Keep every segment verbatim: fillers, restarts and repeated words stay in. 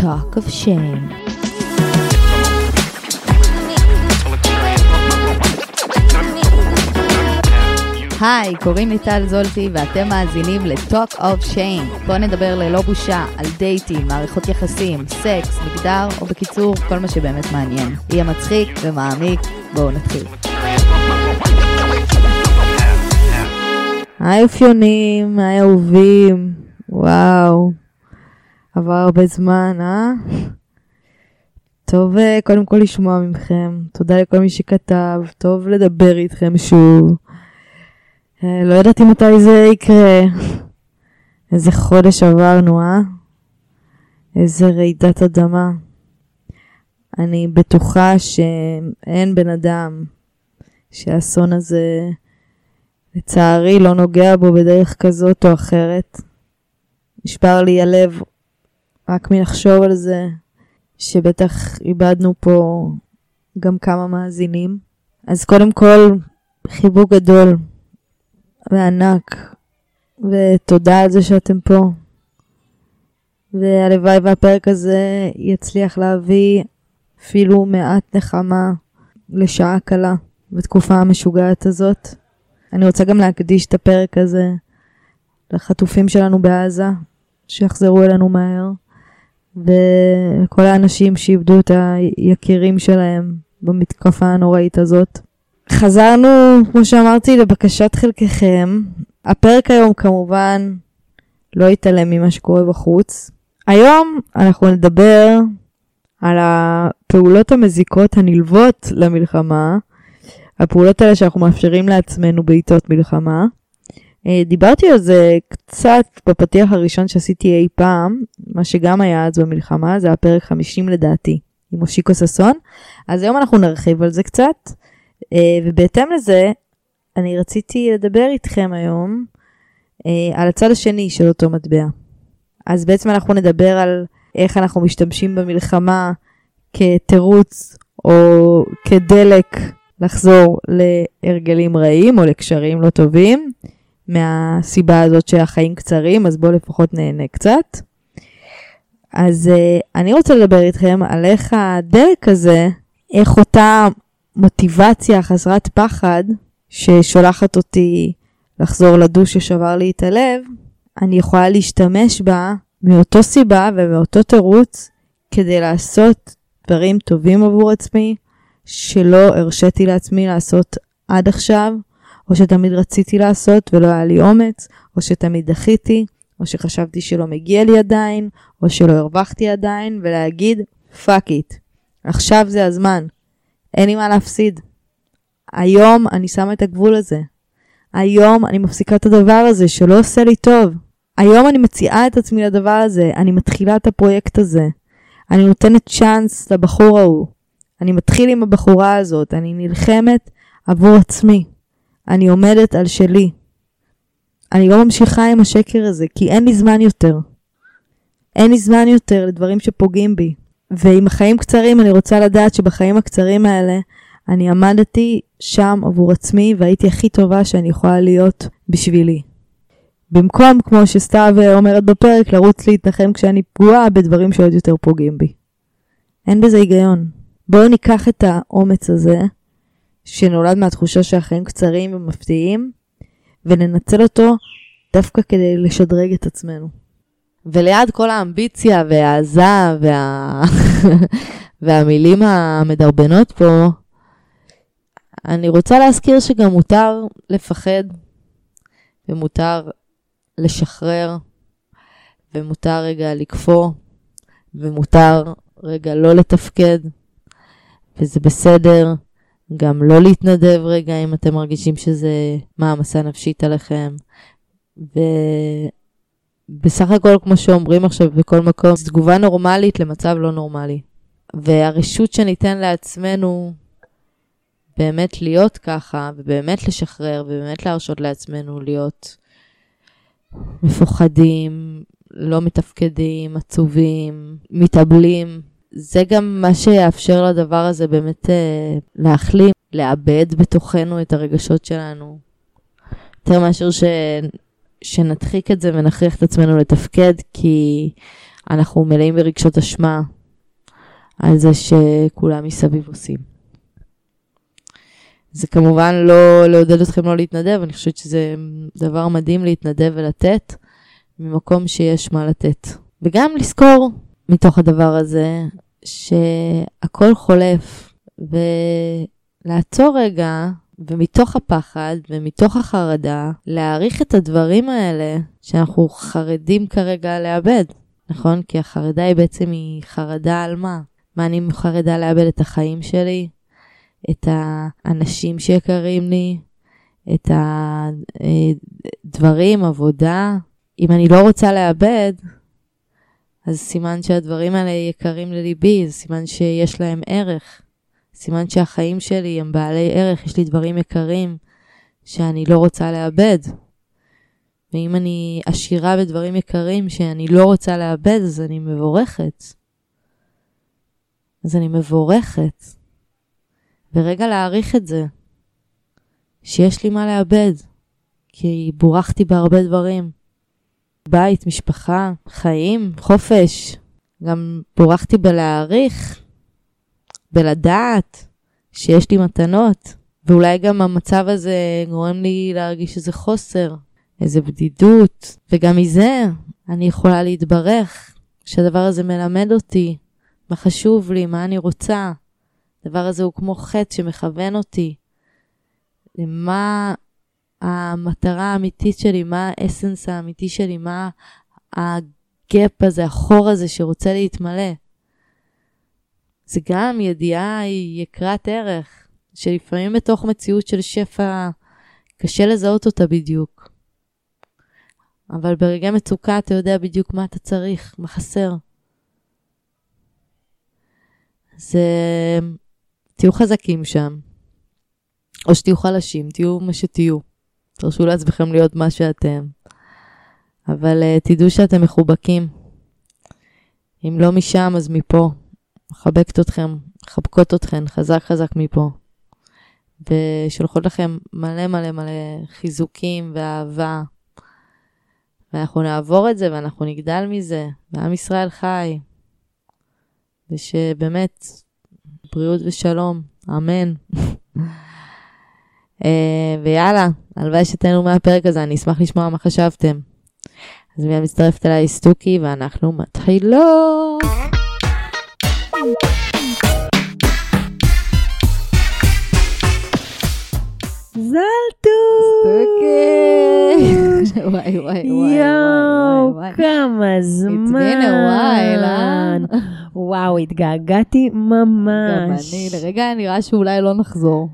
Talk of Shame. היי, קוראים לי טל זולטי ואתם מאזינים ל-Talk of Shame. בואו נדבר ללא בושה על דייטים, מערכות יחסים, סקס, מגדר, או בקיצור, כל מה שבאמת מעניין. יהיה מצחיק ומעמיק, בואו נתחיל. היי אופיונים, היי אהובים, וואו, עבר הרבה זמן, אה? טוב, קודם כל לשמוע ממכם, תודה לכל מי שכתב, טוב לדבר איתכם שוב. לא ידעתי מתי זה יקרה. איזה חודש עברנו, אה? איזה רעידת אדמה. אני בטוחה שאין בן אדם שהאסון הזה לצערי לא נוגע בו בדרך כזאת או אחרת. נשבר לי הלב רק מלחשוב על זה, שבטח איבדנו פה גם כמה מאזינים. אז קודם כל חיבוק גדול וענק, ותודה על זה שאתם פה. והלוואי והפרק הזה יצליח להביא אפילו מעט נחמה לשעה קלה בתקופה המשוגעת הזאת. אני רוצה גם להקדיש את הפרק הזה לחטופים שלנו בעזה, שיחזרו אלינו מהר, ולכל האנשים שאיבדו את היקירים שלהם במתקפה הנוראית הזאת. חזרנו, כמו שאמרתי, לבקשת חלקכם. הפרק היום כמובן לא יתעלם ממה שקורה בחוץ. היום אנחנו נדבר על הפעולות המזיקות הנלוות למלחמה, הפעולות האלה שאנחנו מאפשרים לעצמנו בעיתות מלחמה. דיברתי על זה קצת בפתיח הראשון שעשיתי אי פעם, מה שגם היה אז במלחמה, זה הפרק חמישים לדעתי, עם מושיקו ששון. אז היום אנחנו נרחיב על זה קצת, ובהתאם לזה, אני רציתי לדבר איתכם היום על הצד השני של אותו מטבע. אז בעצם אנחנו נדבר על איך אנחנו משתמשים במלחמה כתירוץ או כדלק לחזור להרגלים רעים או לקשרים לא טובים, מהסיבה הזאת שהחיים קצרים, אז בואו לפחות נהנה קצת. אז אני רוצה לדבר איתכם על איך הדלק הזה, איך אותה מוטיבציה חסרת פחד ששולחת אותי לחזור לדוש ששבר לי את הלב, אני יכולה להשתמש בה מאותו סיבה ומאותו תירוץ כדי לעשות דברים טובים עבור עצמי שלא הרשיתי לעצמי לעשות עד עכשיו, או שתמיד רציתי לעשות ולא היה לי אומץ, או שתמיד דחיתי, או שחשבתי שלא מגיע לי עדיין, או שלא הרווחתי עדיין, ולהגיד fuck it, עכשיו זה הזמן. אין לי מה להפסיד. היום אני שמה את הגבול הזה. היום אני מפסיקה את הדבר הזה שלא עושה לי טוב. היום אני מציעה את עצמי לדבר הזה. אני מתחילה את הפרויקט הזה. אני נותנת צ'אנס לבחור ההוא. אני מתחיל עם הבחורה הזאת. אני נלחמת עבור עצמי. אני עומדת על שלי. אני לא ממשיכה עם השקר הזה, כי אין לי זמן יותר. אין לי זמן יותר לדברים שפוגעים בי. ועם החיים קצרים, אני רוצה לדעת שבחיים הקצרים האלה, אני עמדתי שם עבור עצמי, והייתי הכי טובה שאני יכולה להיות בשבילי. במקום, כמו שסתיו אומרת בפרק, לרוץ להתנחם כשאני פגועה בדברים שעוד יותר פוגעים בי. אין בזה היגיון. בואו ניקח את האומץ הזה, שנולד מהתחושה שהחיים קצרים ומפתיעים, וננצל אותו דווקא כדי לשדרג את עצמנו. וליד כל האמביציה והעזה וה... והמילים המדרבנות פה, אני רוצה להזכיר שגם מותר לפחד, ומותר לשחרר, ומותר רגע לקפוא, ומותר רגע לא לתפקד, וזה בסדר, גם לא להתנדב רגע אם אתם מרגישים שזה מעמסה נפשית עליכם, ו... בסך הכל, כמו שאומרים עכשיו בכל מקום, זו תגובה נורמלית למצב לא נורמלי. והרשות שניתן לעצמנו באמת להיות ככה, ובאמת לשחרר, ובאמת להרשות לעצמנו להיות מפוחדים, לא מתפקדים, עצובים, מתאבלים. זה גם מה שיאפשר לדבר הזה באמת אה, להחלים, לאבד בתוכנו את הרגשות שלנו. יותר מאשר ש... שנדחיק את זה ונכריח את עצמנו לתפקד, כי אנחנו מלאים ברגשות אשמה על זה שכולם מסביב עושים. זה כמובן לא לעודד אתכם לא להתנדב, אני חושבת שזה דבר מדהים להתנדב ולתת, ממקום שיש מה לתת. וגם לזכור מתוך הדבר הזה, שהכל חולף, ולעצור רגע, ומתוך הפחד, ומתוך החרדה, להעריך את הדברים האלה, שאנחנו חרדים כרגע לאבד. נכון? כי החרדה היא בעצם היא חרדה על מה? מה אני חרדה לאבד? את החיים שלי? את האנשים שיקרים לי? את הדברים, עבודה? אם אני לא רוצה לאבד, אז סימן שהדברים האלה יקרים לליבי, זה סימן שיש להם ערך. סימן שהחיים שלי הם בעלי ערך, יש לי דברים יקרים שאני לא רוצה לאבד. ואם אני עשירה בדברים יקרים שאני לא רוצה לאבד, אז אני מבורכת. אז אני מבורכת. ורגע להעריך את זה, שיש לי מה לאבד, כי בורחתי בהרבה דברים. בית, משפחה, חיים, חופש. גם בורחתי בלהעריך, בלדעת שיש לי מתנות. ואולי גם המצב הזה גורם לי להרגיש איזה חוסר, איזה בדידות. וגם מזה אני יכולה להתברך, שהדבר הזה מלמד אותי מה חשוב לי, מה אני רוצה. הדבר הזה הוא כמו חטא שמכוון אותי. למה המטרה האמיתית שלי, מה האסנס האמיתי שלי, מה הגאפ הזה, החור הזה שרוצה להתמלא. זה גם ידיעה יקרת ערך, שלפעמים בתוך מציאות של שפע קשה לזהות אותה בדיוק. אבל ברגע מצוקה אתה יודע בדיוק מה אתה צריך, מה חסר. אז תהיו חזקים שם. או שתהיו חלשים, תהיו מה שתהיו. תרשו לעצמכם להיות מה שאתם. אבל uh, תדעו שאתם מחובקים. אם לא משם, אז מפה. מחבקת אתכם, מחבקות אתכם, חזק חזק מפה. ושולחות לכם מלא מלא מלא חיזוקים ואהבה. ואנחנו נעבור את זה ואנחנו נגדל מזה. ועם ישראל חי. ושבאמת, בריאות ושלום. אמן. Uh, ויאללה, הלוואי שתהנו מהפרק הזה, אני אשמח לשמוע מה חשבתם. אז מיד מצטרפת אליי סטוקי ואנחנו מתחילות. זלטו! סטוקי! וואי וואי וואי יואו, כמה זמן. It's been a while, אה? וואו, התגעגעתי ממש. גם אני, לרגע נראה שאולי לא נחזור.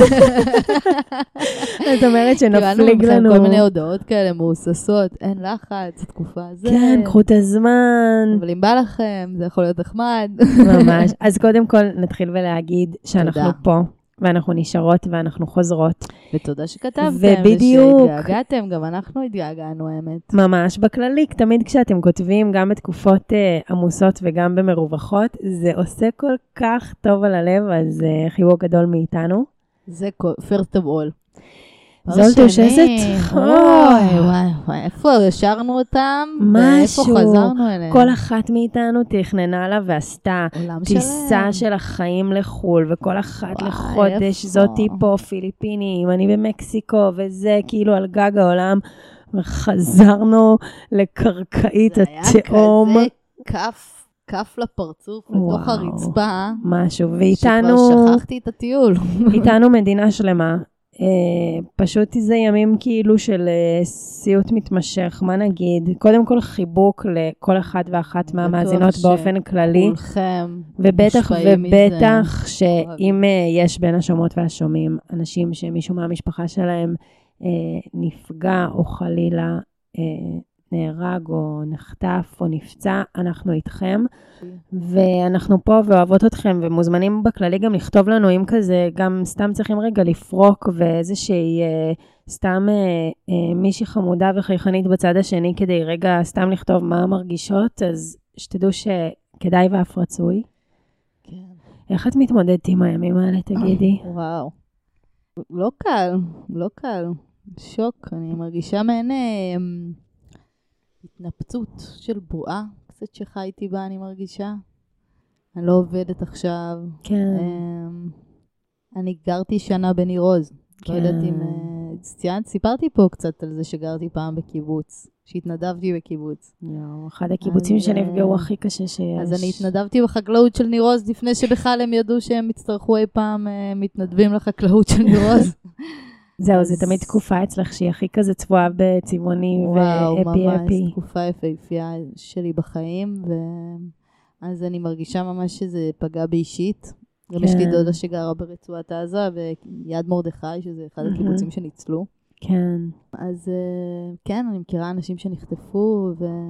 זאת אומרת שנפליג לנו. כל מיני הודעות כאלה מאוססות, אין לחץ, התקופה הזאת. כן, קחו את הזמן. אבל אם בא לכם, זה יכול להיות נחמד. ממש. אז קודם כל נתחיל ולהגיד שאנחנו פה. ואנחנו נשארות ואנחנו חוזרות. ותודה שכתבתם. ובדיוק. ושהתגעגעתם, גם אנחנו התגעגענו, האמת. ממש בכללי, תמיד כשאתם כותבים, גם בתקופות uh, עמוסות וגם במרווחות, זה עושה כל כך טוב על הלב, אז uh, חיבוק גדול מאיתנו. זה first of all. זולטו שסת. וואי וואי וואי, איפה השארנו אותם? משהו. ואיפה חזרנו אליהם? כל אחת מאיתנו תכננה לה ועשתה טיסה של החיים לחול, וכל אחת וואי, לחודש, איפה? זאתי פה פיליפינים, אני במקסיקו, וזה כאילו על גג העולם, וחזרנו לקרקעית התאום. זה היה כזה כף. כף לפרצוף, וואו, לתוך הרצפה. משהו, ואיתנו... שכבר שכחתי את הטיול. איתנו מדינה שלמה. Uh, פשוט זה ימים כאילו של uh, סיוט מתמשך, מה נגיד? קודם כל חיבוק לכל אחד ואחת מהמאזינות באופן כללי. כולכם. ובטח ובטח שאם uh, יש בין השומעות והשומעים אנשים שמישהו מהמשפחה שלהם uh, נפגע או חלילה uh, נהרג או נחטף או נפצע, אנחנו איתכם. ואנחנו פה ואוהבות אתכם, ומוזמנים בכללי גם לכתוב לנו, אם כזה, גם סתם צריכים רגע לפרוק, ואיזושהי, אה, סתם אה, אה, מישהי חמודה וחייכנית בצד השני, כדי רגע סתם לכתוב מה מרגישות, אז שתדעו שכדאי ואף רצוי. כן. איך את מתמודדת עם הימים האלה, תגידי? וואו. לא קל, לא קל. שוק, אני מרגישה מעין אה, התנפצות של בועה. קצת שחייתי בה, אני מרגישה. אני לא עובדת עכשיו. כן. אני גרתי שנה בניר עוז. כן. לא יודעת אם... ציינת, סיפרתי פה קצת על זה שגרתי פעם בקיבוץ. שהתנדבתי בקיבוץ. יו, אחד הקיבוצים שנפגעו הכי קשה שיש. אז אני התנדבתי בחקלאות של ניר עוז, לפני שבכלל הם ידעו שהם יצטרכו אי פעם מתנדבים לחקלאות של ניר עוז. זהו, זה תמיד תקופה אצלך שהיא הכי כזה צבועה בצבעוני ואפי אפי. ממש תקופה יפהפייה שלי בחיים, ואז אני מרגישה ממש שזה פגע באישית. גם יש לי דודה שגרה ברצועת עזה, ויד מרדכי, שזה אחד הקיבוצים שניצלו. כן. אז כן, אני מכירה אנשים שנחטפו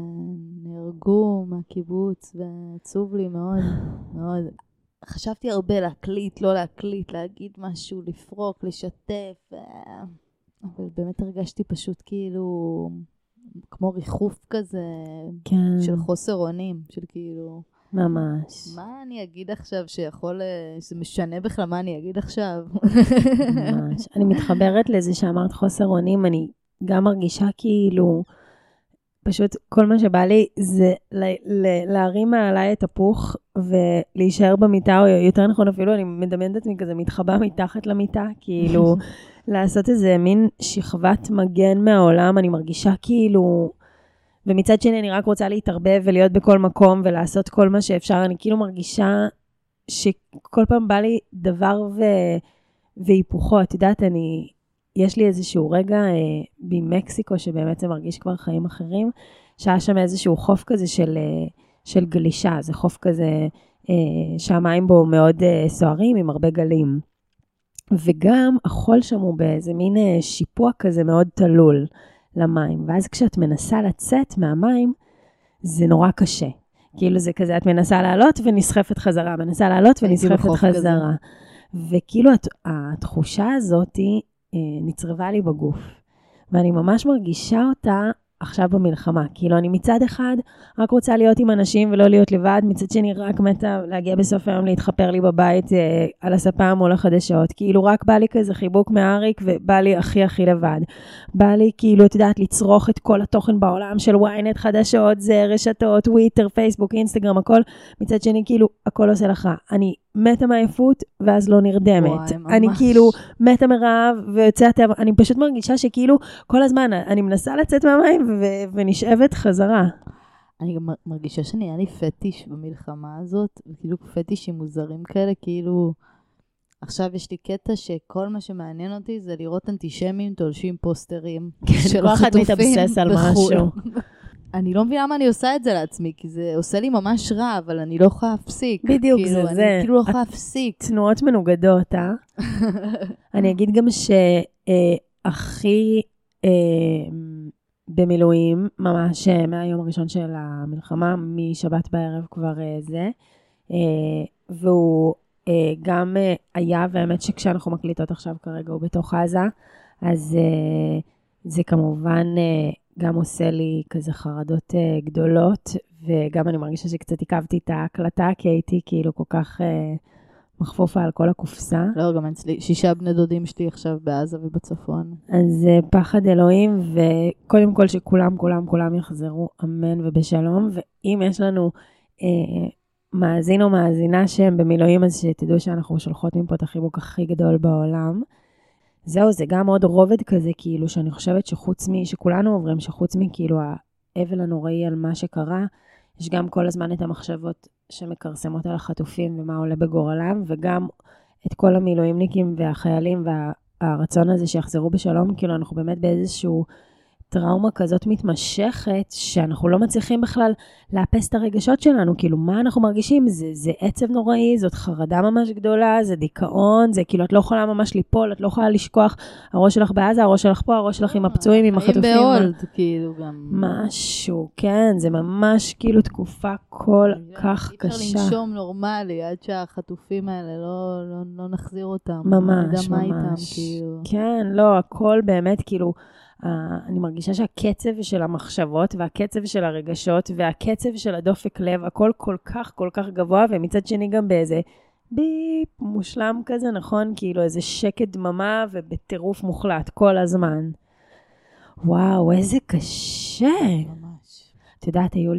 ונהרגו מהקיבוץ, ועצוב לי מאוד, מאוד. חשבתי הרבה להקליט, לא להקליט, להגיד משהו, לפרוק, לשתף, אבל באמת הרגשתי פשוט כאילו, כמו ריחוף כזה, כן. של חוסר אונים, של כאילו... ממש. מה אני אגיד עכשיו שיכול, שזה משנה בכלל מה אני אגיד עכשיו? ממש. אני מתחברת לזה שאמרת חוסר אונים, אני גם מרגישה כאילו, פשוט כל מה שבא לי זה להרים מעליי את הפוך ולהישאר במיטה, או יותר נכון אפילו, אני מדמיינת עצמי כזה מתחבא מתחת למיטה, כאילו לעשות איזה מין שכבת מגן מהעולם, אני מרגישה כאילו, ומצד שני אני רק רוצה להתערבב ולהיות בכל מקום ולעשות כל מה שאפשר, אני כאילו מרגישה שכל פעם בא לי דבר ו... והיפוכו, את יודעת, אני... יש לי איזשהו רגע אה, במקסיקו, שבאמת זה מרגיש כבר חיים אחרים, שהיה שם איזשהו חוף כזה של, אה, של גלישה, זה חוף כזה אה, שהמים בו מאוד אה, סוערים, עם הרבה גלים. וגם החול שם הוא באיזה מין אה, שיפוע כזה מאוד תלול למים, ואז כשאת מנסה לצאת מהמים, זה נורא קשה. כאילו זה כזה, את מנסה לעלות ונסחפת חזרה, מנסה לעלות ונסחפת חזרה. כזה. וכאילו התחושה הזאת היא, נצרבה לי בגוף, ואני ממש מרגישה אותה עכשיו במלחמה, כאילו אני מצד אחד רק רוצה להיות עם אנשים ולא להיות לבד, מצד שני רק מתה להגיע בסוף היום להתחפר לי בבית אה, על הספה מול החדשות, כאילו רק בא לי כזה חיבוק מהאריק ובא לי הכי הכי לבד, בא לי כאילו את יודעת לצרוך את כל התוכן בעולם של וויינט חדשות, זה רשתות, טוויטר, פייסבוק, אינסטגרם, הכל, מצד שני כאילו הכל עושה לך, אני מתה מעייפות ואז לא נרדמת, וואי, אני כאילו מתה מרעב ויוצאת, אני פשוט מרגישה שכאילו כל הזמן אני מנסה לצאת מהמים ו- ונשאבת חזרה. אני גם מרגישה שנהיה לי פטיש במלחמה הזאת, וכאילו פטישים מוזרים כאלה, כאילו עכשיו יש לי קטע שכל מה שמעניין אותי זה לראות אנטישמים תולשים פוסטרים של החטופים בחו"ל. אני לא מבינה מה אני עושה את זה לעצמי, כי זה עושה לי ממש רע, אבל אני לא יכולה להפסיק. בדיוק, כאילו, זה אני זה. אני כאילו לא יכולה להפסיק. תנועות מנוגדות, אה? אני אגיד גם שהכי אה, במילואים, ממש מהיום הראשון של המלחמה, משבת בערב כבר אה, זה, אה, והוא אה, גם אה, היה, והאמת שכשאנחנו מקליטות עכשיו כרגע הוא בתוך עזה, אז אה, זה כמובן... אה, גם עושה לי כזה חרדות uh, גדולות, וגם אני מרגישה שקצת עיכבתי את ההקלטה, כי הייתי כאילו כל כך uh, מחפופה על כל הקופסה. לא, גם אצלי, שישה בני דודים שלי עכשיו בעזה ובצפון. אז uh, פחד אלוהים, וקודם כל שכולם, כולם, כולם יחזרו, אמן ובשלום, ואם יש לנו uh, מאזין או מאזינה שהם במילואים, אז שתדעו שאנחנו שולחות מפה את החיבוק הכי גדול בעולם. זהו, זה גם עוד רובד כזה, כאילו, שאני חושבת שחוץ מי, שכולנו עוברים, שחוץ מי, כאילו, האבל הנוראי על מה שקרה, יש גם כל הזמן את המחשבות שמקרסמות על החטופים ומה עולה בגורלם, וגם את כל המילואימניקים והחיילים והרצון הזה שיחזרו בשלום, כאילו, אנחנו באמת באיזשהו טראומה כזאת מתמשכת, שאנחנו לא מצליחים בכלל לאפס את הרגשות שלנו, כאילו מה אנחנו מרגישים, זה, זה עצב נוראי, זאת חרדה ממש גדולה, זה דיכאון, זה כאילו את לא יכולה ממש ליפול, את לא יכולה לשכוח, הראש שלך בעזה, הראש שלך פה, הראש שלך עם הפצועים, עם החטופים. חיים בהולד, כאילו גם. משהו, כן, זה ממש כאילו תקופה כל כך קשה. אי אפשר לנשום נורמלי, עד שהחטופים האלה לא, לא, לא נחזיר אותם. ממש, ממש. איתם, כאילו. כן, לא, הכל באמת כאילו, Uh, אני מרגישה שהקצב של המחשבות והקצב של הרגשות והקצב של הדופק לב, הכל כל כך כל כך גבוה, ומצד שני גם באיזה ביפ מושלם כזה, נכון? כאילו איזה שקט דממה ובטירוף מוחלט כל הזמן. וואו, איזה קשה. ממש. את יודעת, היו לי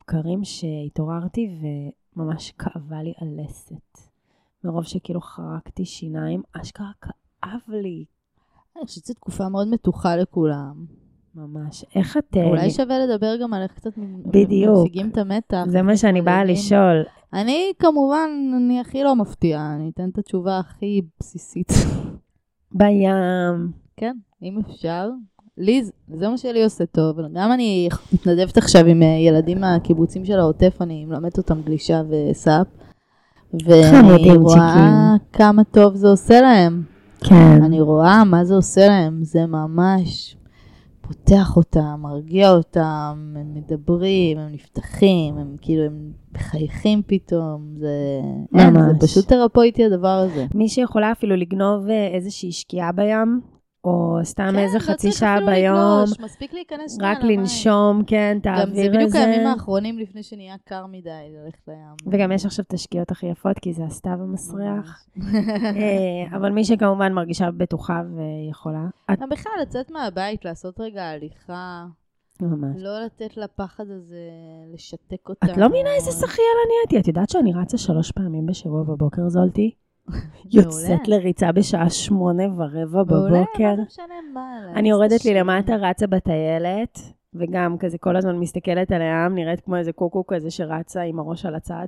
בבקרים שהתעוררתי וממש כאבה לי הלסת. מרוב שכאילו חרקתי שיניים, אשכרה כאב לי. אני חושבת שזו תקופה מאוד מתוחה לכולם. ממש. איך את... אולי שווה לדבר גם על איך קצת בדיוק. משיגים את המתח. זה מה שאני באה לשאול. אני כמובן, אני הכי לא מפתיעה. אני אתן את התשובה הכי בסיסית. בים. כן, אם אפשר. לי, זה מה שלי עושה טוב. גם אני מתנדבת עכשיו עם ילדים מהקיבוצים של העוטף, אני מלמדת אותם גלישה וסאפ. ואני רואה כמה טוב זה עושה להם. כן. אני רואה מה זה עושה להם. זה ממש פותח אותם, מרגיע אותם, הם מדברים, הם נפתחים, הם כאילו, הם מחייכים פתאום. זה, אין, זה פשוט תרפויטי הדבר הזה. מי שיכולה אפילו לגנוב איזושהי שקיעה בים, או סתם איזה חצי שעה ביום, מספיק להיכנס רק לנשום, כן, תעביר את זה. גם זה בדיוק הימים האחרונים לפני שנהיה קר מדי ללכת לים. וגם יש עכשיו תשקיעות הכי יפות, כי זה הסתיו המסריח. אבל מי שכמובן מרגישה בטוחה ויכולה. גם בכלל, לצאת מהבית, לעשות רגע הליכה. ממש. לא לתת לפחד הזה, לשתק אותה. את לא מבינה איזה שחייה אני הייתי. את יודעת שאני רצה שלוש פעמים בשבוע בבוקר זולתי? יוצאת לריצה בשעה שמונה ורבע בבוקר. אני יורדת לי למטה, רצה בטיילת, וגם כזה כל הזמן מסתכלת על הים, נראית כמו איזה קוקו כזה שרצה עם הראש על הצד.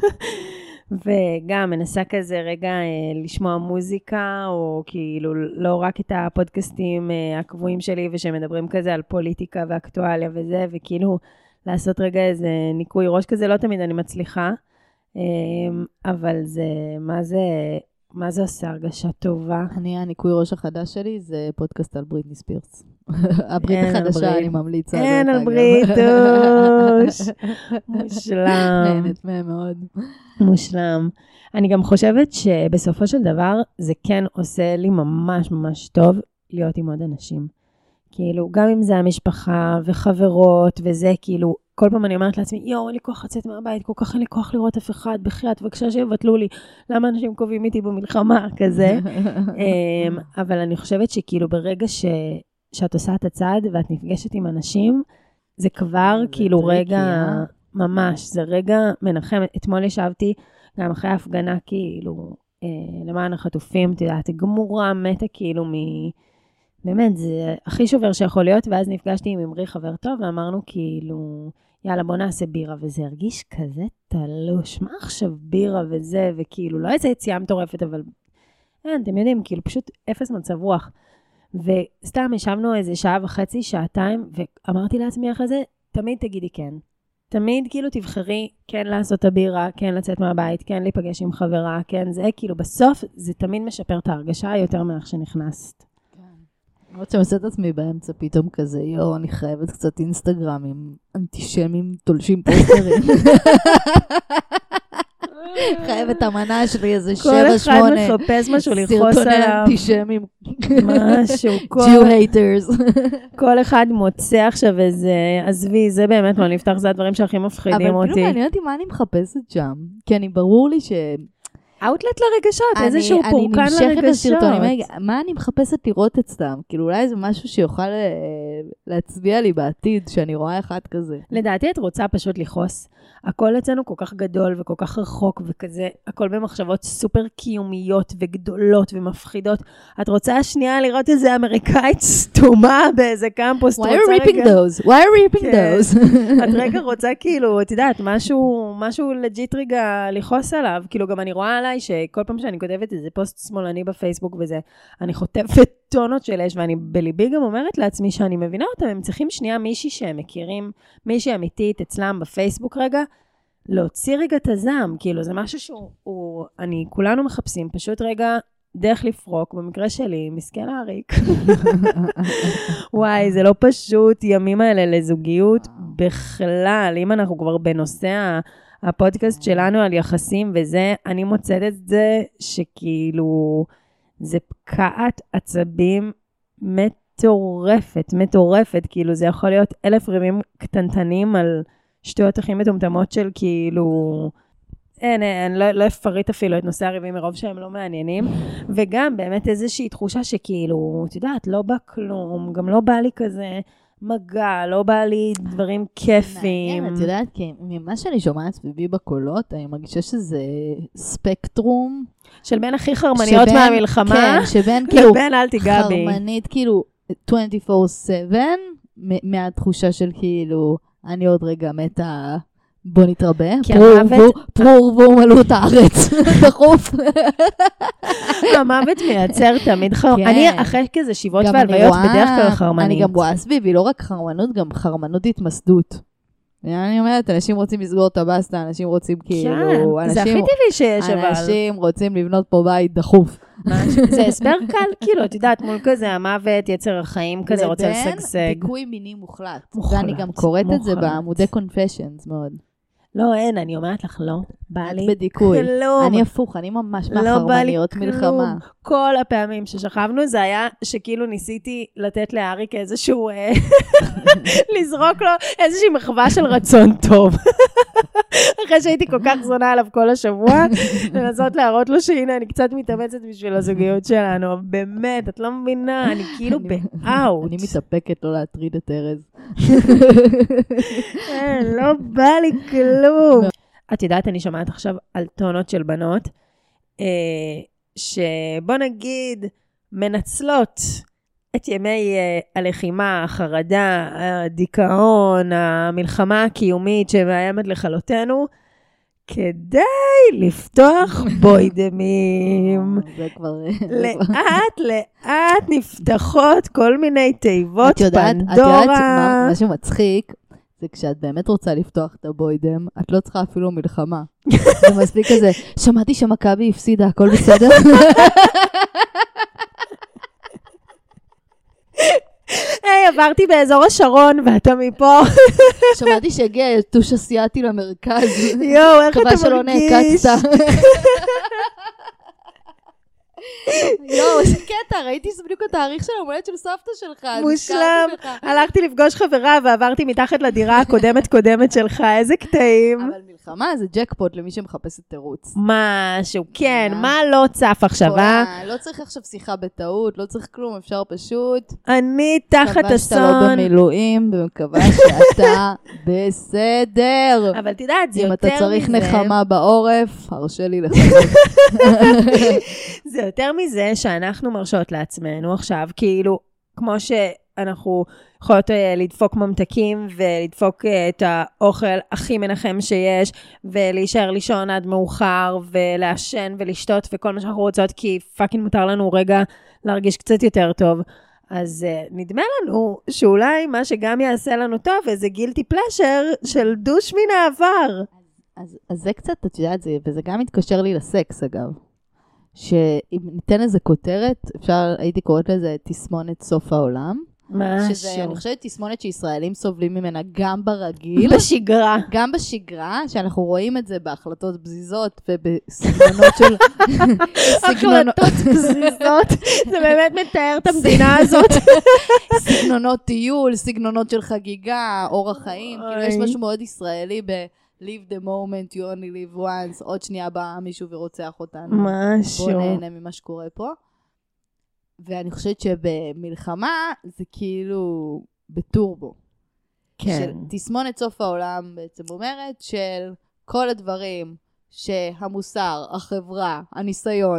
וגם מנסה כזה רגע לשמוע מוזיקה, או כאילו לא רק את הפודקאסטים הקבועים שלי, ושמדברים כזה על פוליטיקה ואקטואליה וזה, וכאילו לעשות רגע איזה ניקוי ראש כזה, לא תמיד אני מצליחה. אבל זה, מה זה, מה זה עושה הרגשה טובה? אני, הניקוי ראש החדש שלי, זה פודקאסט על בריטני ספירס. הברית החדשה, אני ממליצה. אין על בריטוש. מושלם. נהנת מהם מאוד. מושלם. אני גם חושבת שבסופו של דבר, זה כן עושה לי ממש ממש טוב להיות עם עוד אנשים. כאילו, גם אם זה המשפחה וחברות וזה, כאילו, כל פעם אני אומרת לעצמי, יואו, אין לי כוח לצאת מהבית, כל כך אין לי כוח לראות אף אחד, בחייאת, בבקשה שיבטלו לי, למה אנשים קובעים איתי במלחמה, כזה. אבל אני חושבת שכאילו ברגע ש... שאת עושה את הצעד ואת נפגשת עם אנשים, זה כבר כאילו רגע, ממש, זה רגע מנחם. אתמול ישבתי גם אחרי ההפגנה, כאילו, למען החטופים, אתה יודעת, גמורה, מתה כאילו מ... באמת, זה הכי שובר שיכול להיות, ואז נפגשתי עם אמרי חבר טוב, ואמרנו כאילו, יאללה, בוא נעשה בירה, וזה הרגיש כזה תלוש, מה עכשיו בירה וזה, וכאילו, לא איזה יציאה מטורפת, אבל, אין, אתם יודעים, כאילו, פשוט אפס מצב רוח. וסתם ישבנו איזה שעה וחצי, שעתיים, ואמרתי לעצמי אחרי זה, תמיד תגידי כן. תמיד כאילו תבחרי כן לעשות את הבירה, כן לצאת מהבית, כן להיפגש עם חברה, כן זה, כאילו, בסוף זה תמיד משפר את ההרגשה יותר מאיך שנכנסת. אני רוצה לעשות את עצמי באמצע פתאום כזה, יו, אני חייבת קצת אינסטגרם עם אנטישמים תולשים פוסטרים. חייבת המנה שלי איזה שבע שמונה. כל אחד מחפש משהו לכעוס עליו. סרטוני אנטישמים. משהו. Jew haters. כל אחד מוצא עכשיו איזה, עזבי, זה באמת לא נפתח, זה הדברים שהכי מפחידים אותי. אבל כאילו מעניין אותי מה אני מחפשת שם. כי אני ברור לי ש... אאוטלט לרגשות, איזשהו פורקן לרגשות. אני נמשכת לסרטונים, מה אני מחפשת לראות אצלם? כאילו אולי זה משהו שיוכל להצביע לי בעתיד, שאני רואה אחד כזה. לדעתי את רוצה פשוט לכעוס. הכל אצלנו כל כך גדול וכל כך רחוק וכזה, הכל במחשבות סופר קיומיות וגדולות ומפחידות. את רוצה השנייה לראות איזה אמריקאית סתומה באיזה קמפוס. Why are you reaping those? Why are you reaping those? את רגע רוצה כאילו, את יודעת, משהו, משהו לג'יט רגע לכעוס עליו. כאילו גם אני רואה עליי שכל פעם שאני כותבת איזה פוסט שמאלני בפייסבוק וזה, אני חוטפת טונות של אש, ואני בליבי גם אומרת לעצמי שאני מבינה אותם, הם צריכים שנייה מישהי שהם מכירים, מישהי אמיתית אצלם בפייסבוק רגע, להוציא רגע את הזעם, כאילו זה משהו שהוא, הוא, אני, כולנו מחפשים, פשוט רגע דרך לפרוק, במקרה שלי, מסכן האריק. וואי, זה לא פשוט, ימים האלה לזוגיות בכלל, אם אנחנו כבר בנושא הפודקאסט שלנו על יחסים וזה, אני מוצאת את זה שכאילו, זה פקעת עצבים מטורפת, מטורפת, כאילו זה יכול להיות אלף ריבים קטנטנים על שטויות הכי מטומטמות של כאילו, אין, אין, לא, לא אפריט אפילו את נושא הריבים מרוב שהם לא מעניינים, וגם באמת איזושהי תחושה שכאילו, את יודעת, לא בא כלום, גם לא בא לי כזה, מגע, לא בא לי דברים כיפים. מעניין, את יודעת, כי ממה שאני שומעת סביבי בקולות, אני מרגישה שזה ספקטרום. של בין הכי חרמניות מהמלחמה, כן, שבין כאילו, לבין אל תיגע בי. חרמנית כאילו עשרים וארבע שבע, מהתחושה של כאילו, אני עוד רגע מתה, בוא נתרבה, פרור ומלאו את הארץ, דחוף. המוות מייצר תמיד חרמנות. אני אחרי כזה שיבות והלוויות בדרך כלל חרמנית. אני גם רואה סביבי, לא רק חרמנות, גם חרמנות התמסדות. אני אומרת, אנשים רוצים לסגור את הבסטה, אנשים רוצים כאילו... כן, זה הכי טבעי שיש, אבל... אנשים רוצים לבנות פה בית דחוף. זה הסבר קל, כאילו, את יודעת, מול כזה המוות, יצר החיים כזה רוצה לשגשג. לבין דיכוי מיני מוחלט. ואני גם קוראת את זה בעמודי קונפשיונס מאוד. לא, אין, אני אומרת לך, לא, בא לי בדיכוי. כלום. אני הפוך, אני ממש מהחרמניות מלחמה. כל הפעמים ששכבנו, זה היה שכאילו ניסיתי לתת לאריק איזשהו, לזרוק לו איזושהי מחווה של רצון טוב. אחרי שהייתי כל כך זונה עליו כל השבוע, לנסות להראות לו שהנה, אני קצת מתאמצת בשביל הזוגיות שלנו. באמת, את לא מבינה, אני כאילו באאוט. אני מתאפקת לא להטריד את ארז. לא בא לי כלום. את יודעת, אני שומעת עכשיו על טונות של בנות, שבוא נגיד, מנצלות את ימי הלחימה, החרדה, הדיכאון, המלחמה הקיומית שמאיימת לכלותנו, כדי לפתוח בוידמים. זה כבר... לאט לאט נפתחות כל מיני תיבות את יודעת, פנדורה. את יודעת מה, מה שמצחיק, זה כשאת באמת רוצה לפתוח את הבוידם, את לא צריכה אפילו מלחמה. זה מספיק כזה, שמעתי שמכבי הפסידה, הכל בסדר? היי, עברתי באזור השרון, ואתה מפה. שמעתי שהגיע יתוש אסיאתי למרכז. יואו, איך אתה מרגיש? קבע שלא נעקצת. יואו, איזה קטע, ראיתי בדיוק התאריך של המולדת של סבתא שלך. מושלם. הלכתי לפגוש חברה ועברתי מתחת לדירה הקודמת קודמת שלך, איזה קטעים. אבל מלחמה זה ג'קפוט למי שמחפשת תירוץ. משהו, כן, מה לא צף עכשיו, אה? לא צריך עכשיו שיחה בטעות, לא צריך כלום, אפשר פשוט. אני תחת אסון. מקווה שאתה לא במילואים, ומקווה שאתה בסדר. אבל תדעת, זה יותר מזה. אם אתה צריך נחמה בעורף, הרשה לי לחזק. זה יותר מזה שאנחנו מרשות לעצמנו עכשיו, כאילו, כמו שאנחנו יכולות לדפוק ממתקים ולדפוק את האוכל הכי מנחם שיש, ולהישאר לישון עד מאוחר, ולעשן ולשתות וכל מה שאנחנו רוצות, כי פאקינג מותר לנו רגע להרגיש קצת יותר טוב. אז uh, נדמה לנו שאולי מה שגם יעשה לנו טוב, איזה גילטי פלשר של דוש מן העבר. אז, אז זה קצת, את יודעת, זה, וזה גם מתקשר לי לסקס, אגב. שאם ניתן איזה כותרת, אפשר, הייתי קוראת לזה תסמונת סוף העולם. משהו. שזה, אני חושבת, תסמונת שישראלים סובלים ממנה גם ברגיל. בשגרה. גם בשגרה, שאנחנו רואים את זה בהחלטות בזיזות ובסגנונות של... החלטות בזיזות. זה באמת מתאר את המדינה הזאת. סגנונות טיול, סגנונות של חגיגה, אורח חיים. כאילו יש משהו מאוד ישראלי ב... live the moment, you only live once, עוד שנייה בא מישהו ורוצח אותנו. משהו. בוא נהנה ממה שקורה פה. ואני חושבת שבמלחמה זה כאילו בטורבו. כן. תסמונת סוף העולם בעצם אומרת של כל הדברים שהמוסר, החברה, הניסיון,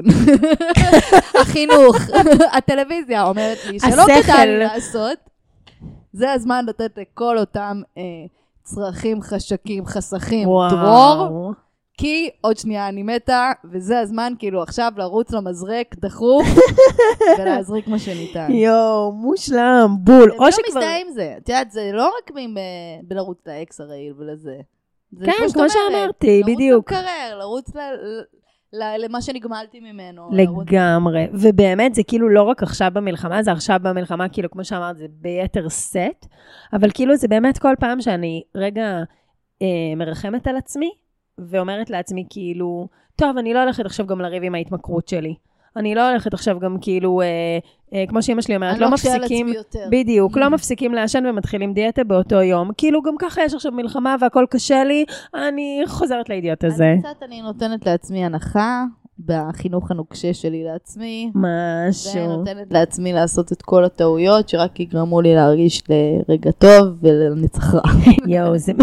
החינוך, הטלוויזיה אומרת לי שלא כדאי לי לעשות, זה הזמן לתת לכל אותם... אה, צרכים, חשקים, חסכים, דרור, כי עוד שנייה אני מתה, וזה הזמן כאילו עכשיו לרוץ למזרק דחוף, ולהזריק מה שניתן. יואו, מושלם, בול. זה לא מזדהה עם זה, את יודעת, זה לא רק בלרוץ לאקס הרעיל ולזה. כן, כמו שאמרתי, בדיוק. לרוץ למקרר, לרוץ למה שנגמלתי ממנו. לגמרי, ובאמת זה כאילו לא רק עכשיו במלחמה, זה עכשיו במלחמה, כאילו כמו שאמרת, זה ביתר סט, אבל כאילו זה באמת כל פעם שאני רגע אה, מרחמת על עצמי, ואומרת לעצמי כאילו, טוב, אני לא הולכת עכשיו גם לריב עם ההתמכרות שלי. אני לא הולכת עכשיו גם כאילו, אה, אה, כמו שאמא שלי אומרת, לא מפסיקים, בדיוק, לא מפסיקים לעשן ומתחילים דיאטה באותו יום. כאילו גם ככה יש עכשיו מלחמה והכל קשה לי, אני חוזרת לאידיוט הזה. אני קצת אני נותנת לעצמי הנחה, בחינוך הנוקשה שלי לעצמי. משהו. ונותנת לעצמי לעשות את כל הטעויות, שרק יגרמו לי להרגיש לרגע טוב ולנצח רע. יואו, זה...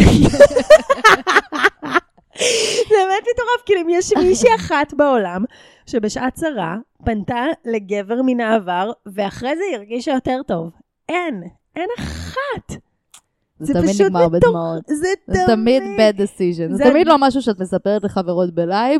זה באמת מטורף, כאילו אם יש מישהי אחת בעולם, שבשעת צרה פנתה לגבר מן העבר, ואחרי זה היא הרגישה יותר טוב. אין, אין אחת. זה תמיד נגמר בדמעות. זה תמיד bad decision. זה תמיד לא משהו שאת מספרת לחברות בלייב,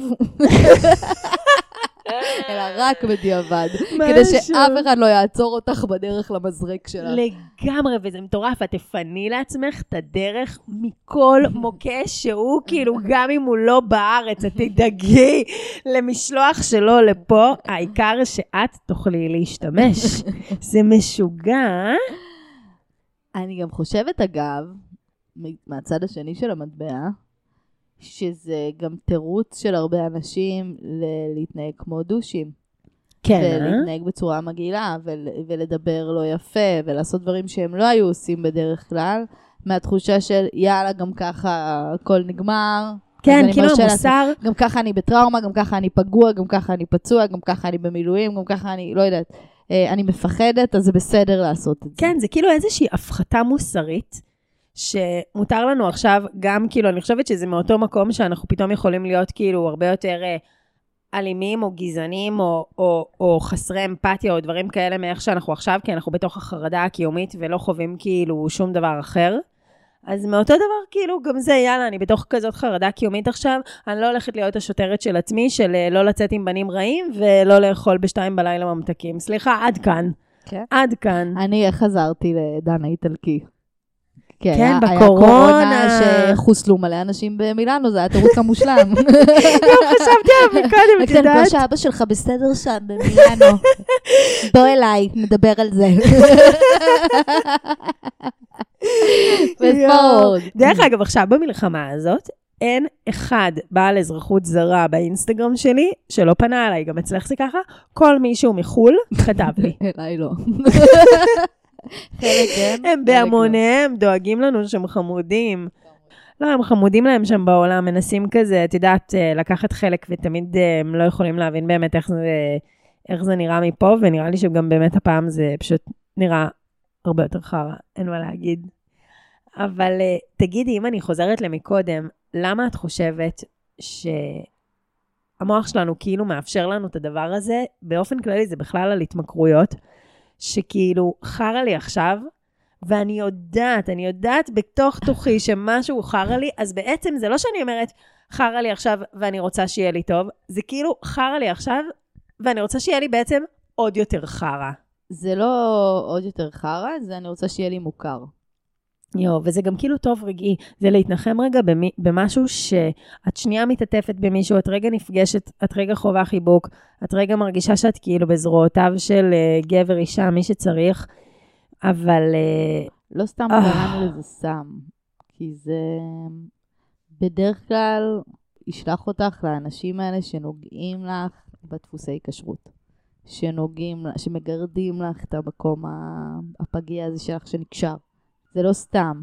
אלא רק בדיעבד. כדי שאף אחד לא יעצור אותך בדרך למזרק שלה. לגמרי, וזה מטורף. את תפני לעצמך את הדרך מכל מוקש שהוא, כאילו גם אם הוא לא בארץ, את תדאגי למשלוח שלו לפה, העיקר שאת תוכלי להשתמש. זה משוגע. אני גם חושבת, אגב, מהצד השני של המטבע, שזה גם תירוץ של הרבה אנשים ל- להתנהג כמו דושים. כן. ולהתנהג בצורה מגעילה, ול- ולדבר לא יפה, ולעשות דברים שהם לא היו עושים בדרך כלל, מהתחושה של יאללה, גם ככה הכל נגמר. כן, כאילו המוסר. גם ככה אני בטראומה, גם ככה אני פגוע, גם ככה אני פצוע, גם ככה אני במילואים, גם ככה אני, לא יודעת, אני מפחדת, אז זה בסדר לעשות את זה. כן, זה כאילו איזושהי הפחתה מוסרית, שמותר לנו עכשיו גם, כאילו, אני חושבת שזה מאותו מקום שאנחנו פתאום יכולים להיות כאילו הרבה יותר אלימים או גזענים או, או, או חסרי אמפתיה או דברים כאלה מאיך שאנחנו עכשיו, כי אנחנו בתוך החרדה הקיומית ולא חווים כאילו שום דבר אחר. אז מאותו דבר כאילו גם זה, יאללה, אני בתוך כזאת חרדה קיומית עכשיו, אני לא הולכת להיות השוטרת של עצמי, של לא לצאת עם בנים רעים ולא לאכול בשתיים בלילה ממתקים. סליחה, עד כאן. כן. עד כאן. אני חזרתי לדנה איטלקי. כן, היה, בקורונה. היה קורונה שחוסלו מלא אנשים במילאנו, זה היה תירוץ המושלם. גם חשבתי עליו מקודם, את יודעת. כמו שאבא שלך בסדר שם במילאנו. בוא אליי, נדבר על זה. בספורט. דרך אגב, עכשיו במלחמה הזאת, אין אחד בעל אזרחות זרה באינסטגרם שלי, שלא פנה עליי, גם אצלך זה ככה, כל מישהו מחול כתב לי. אליי לא. חלק כן. הם בהמוניהם דואגים לנו שהם חמודים. לא, הם חמודים להם שם בעולם, מנסים כזה, את יודעת, לקחת חלק, ותמיד הם לא יכולים להבין באמת איך זה, איך זה נראה מפה, ונראה לי שגם באמת הפעם זה פשוט נראה הרבה יותר חרא, אין מה להגיד. אבל תגידי, אם אני חוזרת למקודם, למה את חושבת שהמוח שלנו כאילו מאפשר לנו את הדבר הזה? באופן כללי זה בכלל על התמכרויות, שכאילו חרה לי עכשיו, ואני יודעת, אני יודעת בתוך תוכי שמשהו חרה לי, אז בעצם זה לא שאני אומרת, חרה לי עכשיו ואני רוצה שיהיה לי טוב, זה כאילו חרה לי עכשיו, ואני רוצה שיהיה לי בעצם עוד יותר חרה. זה לא עוד יותר חרה, זה אני רוצה שיהיה לי מוכר. יו, וזה גם כאילו טוב רגעי, זה להתנחם רגע במי, במשהו שאת שנייה מתעטפת במישהו, את רגע נפגשת, את רגע חובה חיבוק, את רגע מרגישה שאת כאילו בזרועותיו של uh, גבר, אישה, מי שצריך, אבל... Uh, לא סתם קראנו לזה סם, כי זה בדרך כלל ישלח אותך לאנשים האלה שנוגעים לך בדפוסי כשרות, שנוגעים, שמגרדים לך את המקום הפגיע הזה שלך שנקשר. זה לא סתם.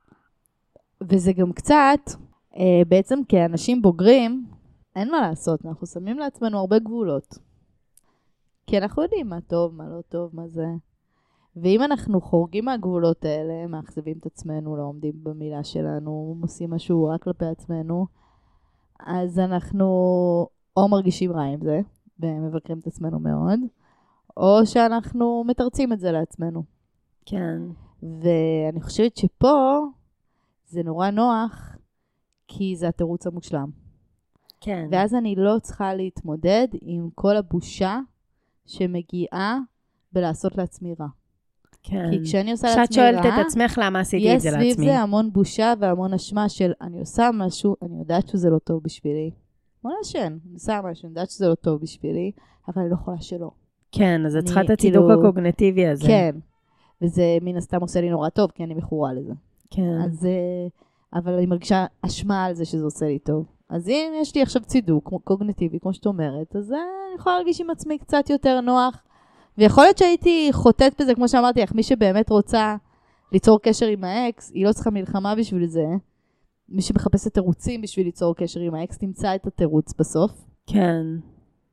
וזה גם קצת, אה, בעצם כאנשים בוגרים, אין מה לעשות, אנחנו שמים לעצמנו הרבה גבולות. כי אנחנו יודעים מה טוב, מה לא טוב, מה זה. ואם אנחנו חורגים מהגבולות האלה, מאכזבים את עצמנו, לא עומדים במילה שלנו, עושים משהו רק כלפי עצמנו, אז אנחנו או מרגישים רע עם זה, ומבקרים את עצמנו מאוד, או שאנחנו מתרצים את זה לעצמנו. כן. ואני חושבת שפה זה נורא נוח, כי זה התירוץ המושלם. כן. ואז אני לא צריכה להתמודד עם כל הבושה שמגיעה בלעשות לעצמי רע. כן. כי כשאני עושה לעצמי רע, שאת שואלת את עצמך למה עשיתי את זה לעצמי. יש סביב זה המון בושה והמון אשמה של אני עושה משהו, אני יודעת שזה לא טוב בשבילי. כמו לשן, אני עושה משהו, אני יודעת שזה לא טוב בשבילי, אבל אני לא יכולה שלא. כן, אז את צריכה את הצידוק כאילו... הקוגנטיבי הזה. כן. וזה מן הסתם עושה לי נורא טוב, כי אני מכורה לזה. כן. אז, אבל אני מרגישה אשמה על זה שזה עושה לי טוב. אז אם יש לי עכשיו צידוק קוגניטיבי, כמו שאת אומרת, אז אני יכולה להרגיש עם עצמי קצת יותר נוח. ויכול להיות שהייתי חוטאת בזה, כמו שאמרתי לך, מי שבאמת רוצה ליצור קשר עם האקס, היא לא צריכה מלחמה בשביל זה. מי שמחפשת תירוצים בשביל ליצור קשר עם האקס, תמצא את התירוץ בסוף. כן.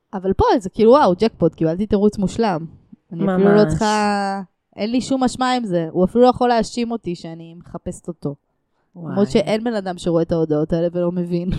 אבל פה זה כאילו, וואו, ג'קפוט, קיבלתי תירוץ מושלם. אני ממש. אפילו לא צריכה, אין לי שום משמע עם זה. הוא אפילו לא יכול להאשים אותי שאני מחפשת אותו. למרות שאין בן אדם שרואה את ההודעות האלה ולא מבין.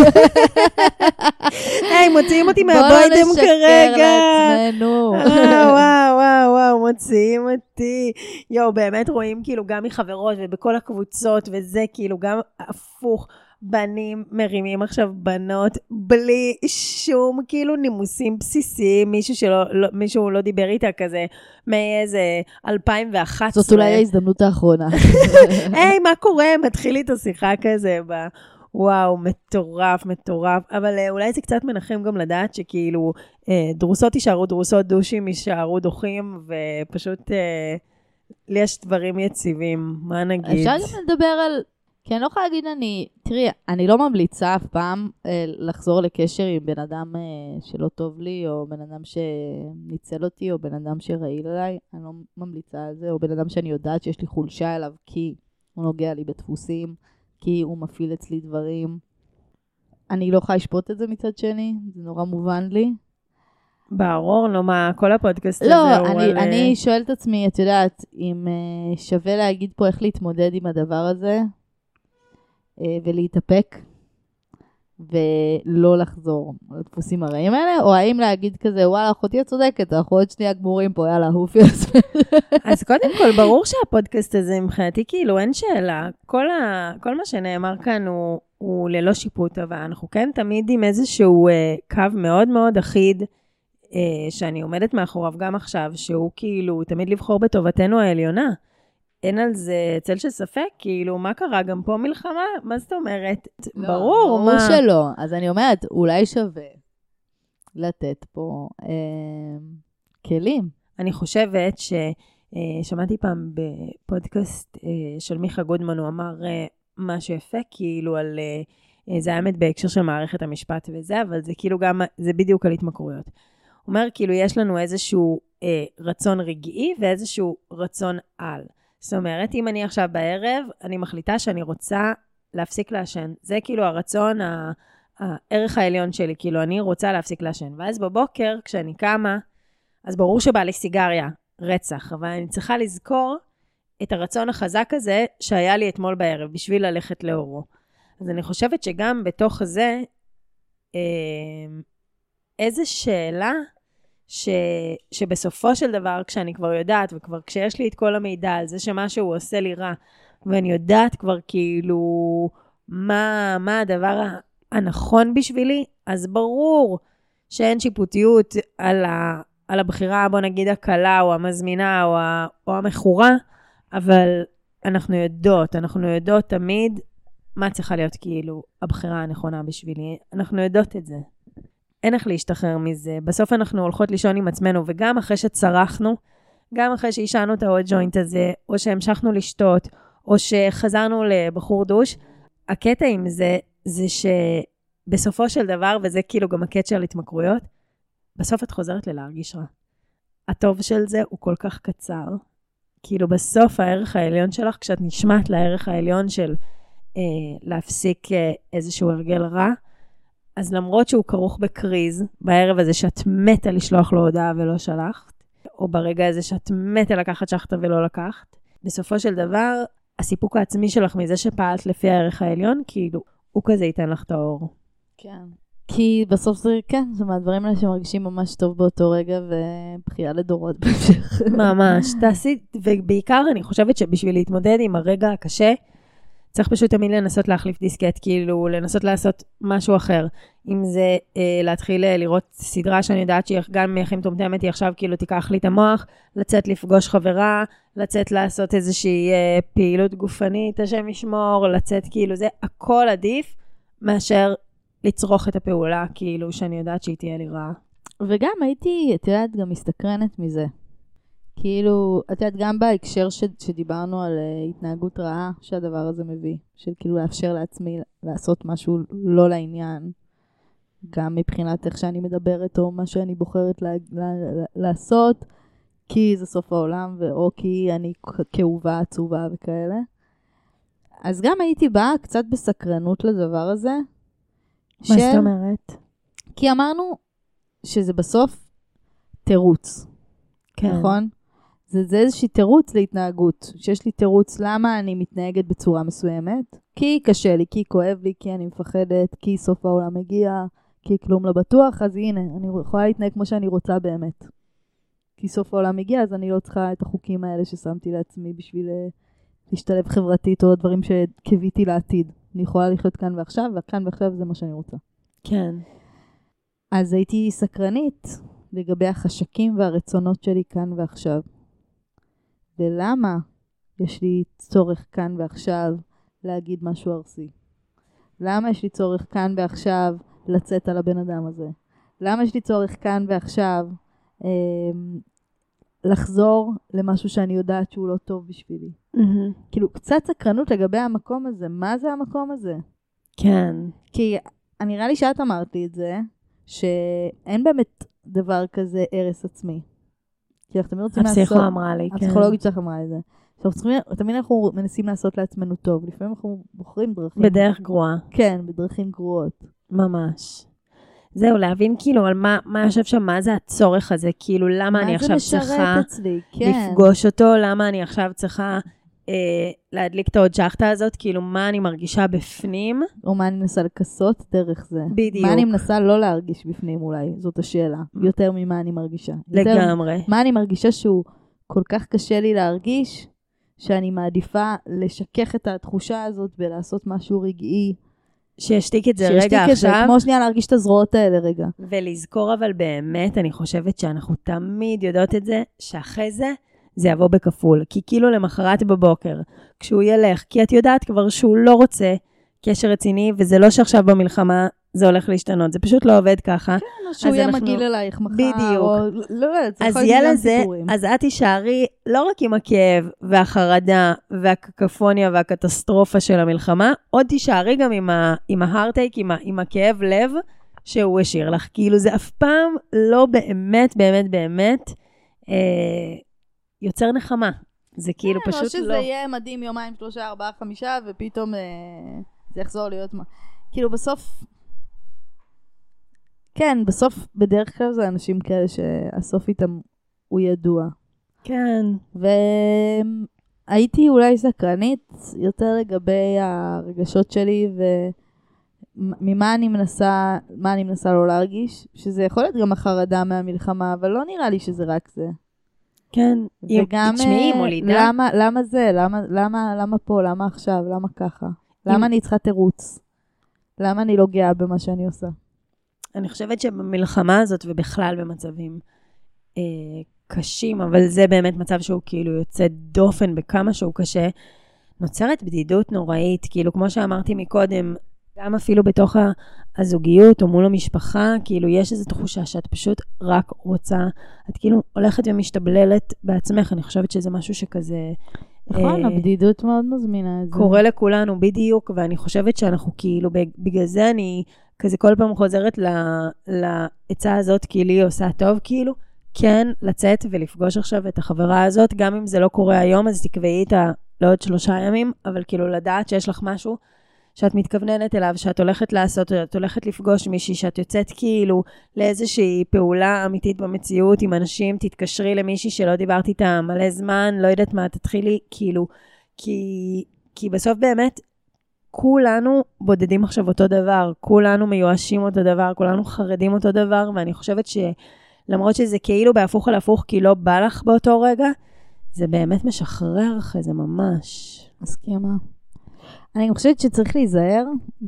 היי, מוציאים אותי מהבוידם כרגע. בוא נשקר לעצמנו. וואו, וואו, וואו, מוציאים אותי. יואו, באמת רואים כאילו גם מחברות ובכל הקבוצות, וזה כאילו גם הפוך. בנים מרימים עכשיו בנות בלי שום כאילו נימוסים בסיסיים, מישהו שלא, לא, מישהו לא דיבר איתה כזה מאיזה אלפיים ואחת עשרה. זאת אולי ההזדמנות האחרונה. היי, מה קורה? מתחיל איתו שיחה כזה ב... וואו, מטורף, מטורף. אבל אה, אולי זה קצת מנחם גם לדעת שכאילו אה, דרוסות יישארו דרוסות, דושים יישארו דוחים, ופשוט אה, לי יש דברים יציבים. מה נגיד? אפשר גם לדבר על... כי אני לא יכולה להגיד, אני, תראי, אני לא ממליצה אף פעם אה, לחזור לקשר עם בן אדם אה, שלא טוב לי, או בן אדם שניצל אותי, או בן אדם שרעיל עליי, אני לא ממליצה על זה, או בן אדם שאני יודעת שיש לי חולשה אליו, כי הוא נוגע לי בדפוסים, כי הוא מפעיל אצלי דברים. אני לא יכולה לשפוט את זה מצד שני, זה נורא מובן לי. ברור, לא מה, כל הפודקאסט הזה לא, הוא אני, על... אני שואלת עצמי, את יודעת, אם אה, שווה להגיד פה איך להתמודד עם הדבר הזה, ולהתאפק ולא לחזור לדפוסים הרעים האלה, או האם להגיד כזה, וואלה, אחותי הצודקת, אנחנו עוד שנייה גמורים פה, יאללה, הופי עצמך. אז קודם כל, ברור שהפודקאסט הזה מבחינתי, כאילו, אין שאלה. כל, ה... כל מה שנאמר כאן הוא, הוא ללא שיפוט, אבל אנחנו כן תמיד עם איזשהו אה, קו מאוד מאוד אחיד, אה, שאני עומדת מאחוריו גם עכשיו, שהוא כאילו תמיד לבחור בטובתנו העליונה. אין על זה צל של ספק, כאילו, מה קרה? גם פה מלחמה? מה זאת אומרת? לא, ברור, מה? ברור שלא. אז אני אומרת, אולי שווה לתת פה אה, כלים. אני חושבת ששמעתי אה, פעם בפודקאסט אה, של מיכה גודמן, הוא אמר אה, משהו יפה, כאילו על, אה, זה האמת בהקשר של מערכת המשפט וזה, אבל זה כאילו גם, זה בדיוק על התמכרויות. הוא אומר, כאילו, יש לנו איזשהו אה, רצון רגעי ואיזשהו רצון על. זאת אומרת, אם אני עכשיו בערב, אני מחליטה שאני רוצה להפסיק לעשן. זה כאילו הרצון, הערך העליון שלי, כאילו אני רוצה להפסיק לעשן. ואז בבוקר, כשאני קמה, אז ברור שבא לי סיגריה, רצח, אבל אני צריכה לזכור את הרצון החזק הזה שהיה לי אתמול בערב, בשביל ללכת לאורו. אז אני חושבת שגם בתוך זה, איזו שאלה, ש, שבסופו של דבר, כשאני כבר יודעת, וכבר כשיש לי את כל המידע על זה שמשהו עושה לי רע, ואני יודעת כבר כאילו מה, מה הדבר הנכון בשבילי, אז ברור שאין שיפוטיות על, ה, על הבחירה, בוא נגיד הקלה, או המזמינה, או, ה, או המחורה, אבל אנחנו יודעות, אנחנו יודעות תמיד מה צריכה להיות כאילו הבחירה הנכונה בשבילי, אנחנו יודעות את זה. אין איך להשתחרר מזה. בסוף אנחנו הולכות לישון עם עצמנו, וגם אחרי שצרחנו, גם אחרי שהשענו את העוד ג'וינט הזה, או שהמשכנו לשתות, או שחזרנו לבחור דוש, הקטע עם זה, זה שבסופו של דבר, וזה כאילו גם הקטע של התמכרויות, בסוף את חוזרת ללהרגיש רע. הטוב של זה הוא כל כך קצר. כאילו בסוף הערך העליון שלך, כשאת נשמעת לערך העליון של אה, להפסיק אה, איזשהו הרגל רע, אז למרות שהוא כרוך בקריז, בערב הזה שאת מתה לשלוח לו הודעה ולא שלחת, או ברגע הזה שאת מתה לקחת שחטה ולא לקחת, בסופו של דבר, הסיפוק העצמי שלך מזה שפעלת לפי הערך העליון, כאילו, הוא כזה ייתן לך את האור. כן. כי בסוף זה, כן, זה מהדברים האלה שמרגישים ממש טוב באותו רגע, ובחייה לדורות בהמשך. ממש, תעשי, ובעיקר אני חושבת שבשביל להתמודד עם הרגע הקשה, צריך פשוט תמיד לנסות להחליף דיסקט, כאילו לנסות לעשות משהו אחר. אם זה אה, להתחיל אה, לראות סדרה שאני יודעת שהיא גם הכי מטומטמת, היא עכשיו כאילו תיקח לי את המוח, לצאת לפגוש חברה, לצאת לעשות איזושהי אה, פעילות גופנית, השם ישמור, לצאת כאילו זה, הכל עדיף מאשר לצרוך את הפעולה, כאילו שאני יודעת שהיא תהיה לי רעה. וגם הייתי, את יודעת, גם מסתקרנת מזה. כאילו, את יודעת, גם בהקשר ש, שדיברנו על uh, התנהגות רעה שהדבר הזה מביא, של כאילו לאפשר לעצמי לעשות משהו לא לעניין, גם מבחינת איך שאני מדברת או מה שאני בוחרת לה, לה, לה, לעשות, כי זה סוף העולם, או כי אני כאובה, עצובה וכאלה. אז גם הייתי באה קצת בסקרנות לדבר הזה. מה זאת אומרת? כי אמרנו שזה בסוף תירוץ. כן. נכון? זה, זה איזושהי תירוץ להתנהגות. שיש לי תירוץ למה אני מתנהגת בצורה מסוימת. כי קשה לי, כי כואב לי, כי אני מפחדת, כי סוף העולם מגיע, כי כלום לא בטוח, אז הנה, אני יכולה להתנהג כמו שאני רוצה באמת. כי סוף העולם מגיע, אז אני לא צריכה את החוקים האלה ששמתי לעצמי בשביל להשתלב חברתית, או דברים שקביתי לעתיד. אני יכולה לחיות כאן ועכשיו, וכאן ועכשיו זה מה שאני רוצה. כן. אז הייתי סקרנית לגבי החשקים והרצונות שלי כאן ועכשיו. ולמה יש לי צורך כאן ועכשיו להגיד משהו ארסי? למה יש לי צורך כאן ועכשיו לצאת על הבן אדם הזה? למה יש לי צורך כאן ועכשיו אה, לחזור למשהו שאני יודעת שהוא לא טוב בשבילי? Mm-hmm. כאילו, קצת סקרנות לגבי המקום הזה. מה זה המקום הזה? כן. כי נראה לי שאת אמרת לי את זה, שאין באמת דבר כזה ערס עצמי. כי אנחנו תמיד רוצים לעשות... הפסיכו אמרה לי, כן. הפסיכולוגית שלך אמרה את זה. תמיד אנחנו מנסים לעשות לעצמנו טוב. לפעמים אנחנו בוחרים דרכים. בדרך גרועה. כן, בדרכים גרועות. ממש. זהו, להבין כאילו על מה, מה יושב שם, מה זה הצורך הזה, כאילו למה אני עכשיו צריכה אצלי? כן. לפגוש אותו, למה אני עכשיו צריכה אה, להדליק את העוד שחטה הזאת, כאילו מה אני מרגישה בפנים. או מה אני מנסה לקסות דרך זה. בדיוק. מה אני מנסה לא להרגיש בפנים אולי, זאת השאלה. יותר ממה אני מרגישה. לגמרי. יותר, מה אני מרגישה שהוא כל כך קשה לי להרגיש, שאני מעדיפה לשכך את התחושה הזאת ולעשות משהו רגעי. שישתיק את זה רגע עכשיו. זה, כמו שנייה להרגיש את הזרועות האלה רגע. ולזכור אבל באמת, אני חושבת שאנחנו תמיד יודעות את זה, שאחרי זה, זה יבוא בכפול. כי כאילו למחרת בבוקר, כשהוא ילך, כי את יודעת כבר שהוא לא רוצה קשר רציני, וזה לא שעכשיו במלחמה זה הולך להשתנות, זה פשוט לא עובד ככה. כן, או שהוא יהיה מגיל אלייך מחר. בדיוק. או, לא, זה אז יהיה לזה, אז את תישארי לא רק עם הכאב והחרדה והקקפוניה והקטסטרופה של המלחמה, עוד תישארי גם עם, ה, עם ההרטייק, עם, ה, עם הכאב לב שהוא השאיר לך. כאילו זה אף פעם לא באמת, באמת, באמת אה, יוצר נחמה. זה כאילו כן, פשוט לא. או שזה יהיה מדהים יומיים, שלושה, ארבעה, חמישה, ופתאום אה, זה יחזור להיות מה. כאילו בסוף... כן, בסוף, בדרך כלל זה אנשים כאלה שהסוף איתם הוא ידוע. כן. והייתי אולי סקרנית יותר לגבי הרגשות שלי וממה אני מנסה, מה אני מנסה לא להרגיש, שזה יכול להיות גם החרדה מהמלחמה, אבל לא נראה לי שזה רק זה. כן. וגם תשמעי, מולידה. למה, למה זה? למה, למה, למה פה? למה עכשיו? למה ככה? למה אני צריכה תירוץ? למה אני לא גאה במה שאני עושה? אני חושבת שבמלחמה הזאת ובכלל במצבים אה, קשים, אבל זה באמת מצב שהוא כאילו יוצא דופן בכמה שהוא קשה, נוצרת בדידות נוראית, כאילו כמו שאמרתי מקודם, גם אפילו בתוך הזוגיות או מול המשפחה, כאילו יש איזו תחושה שאת פשוט רק רוצה, את כאילו הולכת ומשתבללת בעצמך, אני חושבת שזה משהו שכזה... נכון, הבדידות מאוד מזמינה את זה. קורה לכולנו בדיוק, ואני חושבת שאנחנו כאילו, בגלל זה אני כזה כל פעם חוזרת לעצה הזאת, כי לי עושה טוב, כאילו, כן, לצאת ולפגוש עכשיו את החברה הזאת, גם אם זה לא קורה היום, אז תקבעי איתה לעוד שלושה ימים, אבל כאילו לדעת שיש לך משהו שאת מתכווננת אליו, שאת הולכת לעשות, או את הולכת לפגוש מישהי, שאת יוצאת כאילו לאיזושהי פעולה אמיתית במציאות עם אנשים, תתקשרי למישהי שלא דיברתי איתה מלא זמן, לא יודעת מה, תתחילי כאילו, כי, כי בסוף באמת, כולנו בודדים עכשיו אותו דבר, כולנו מיואשים אותו דבר, כולנו חרדים אותו דבר, ואני חושבת שלמרות שזה כאילו בהפוך על הפוך, כי לא בא לך באותו רגע, זה באמת משחרר אחרי זה ממש. מסכימה. אני חושבת שצריך להיזהר מ...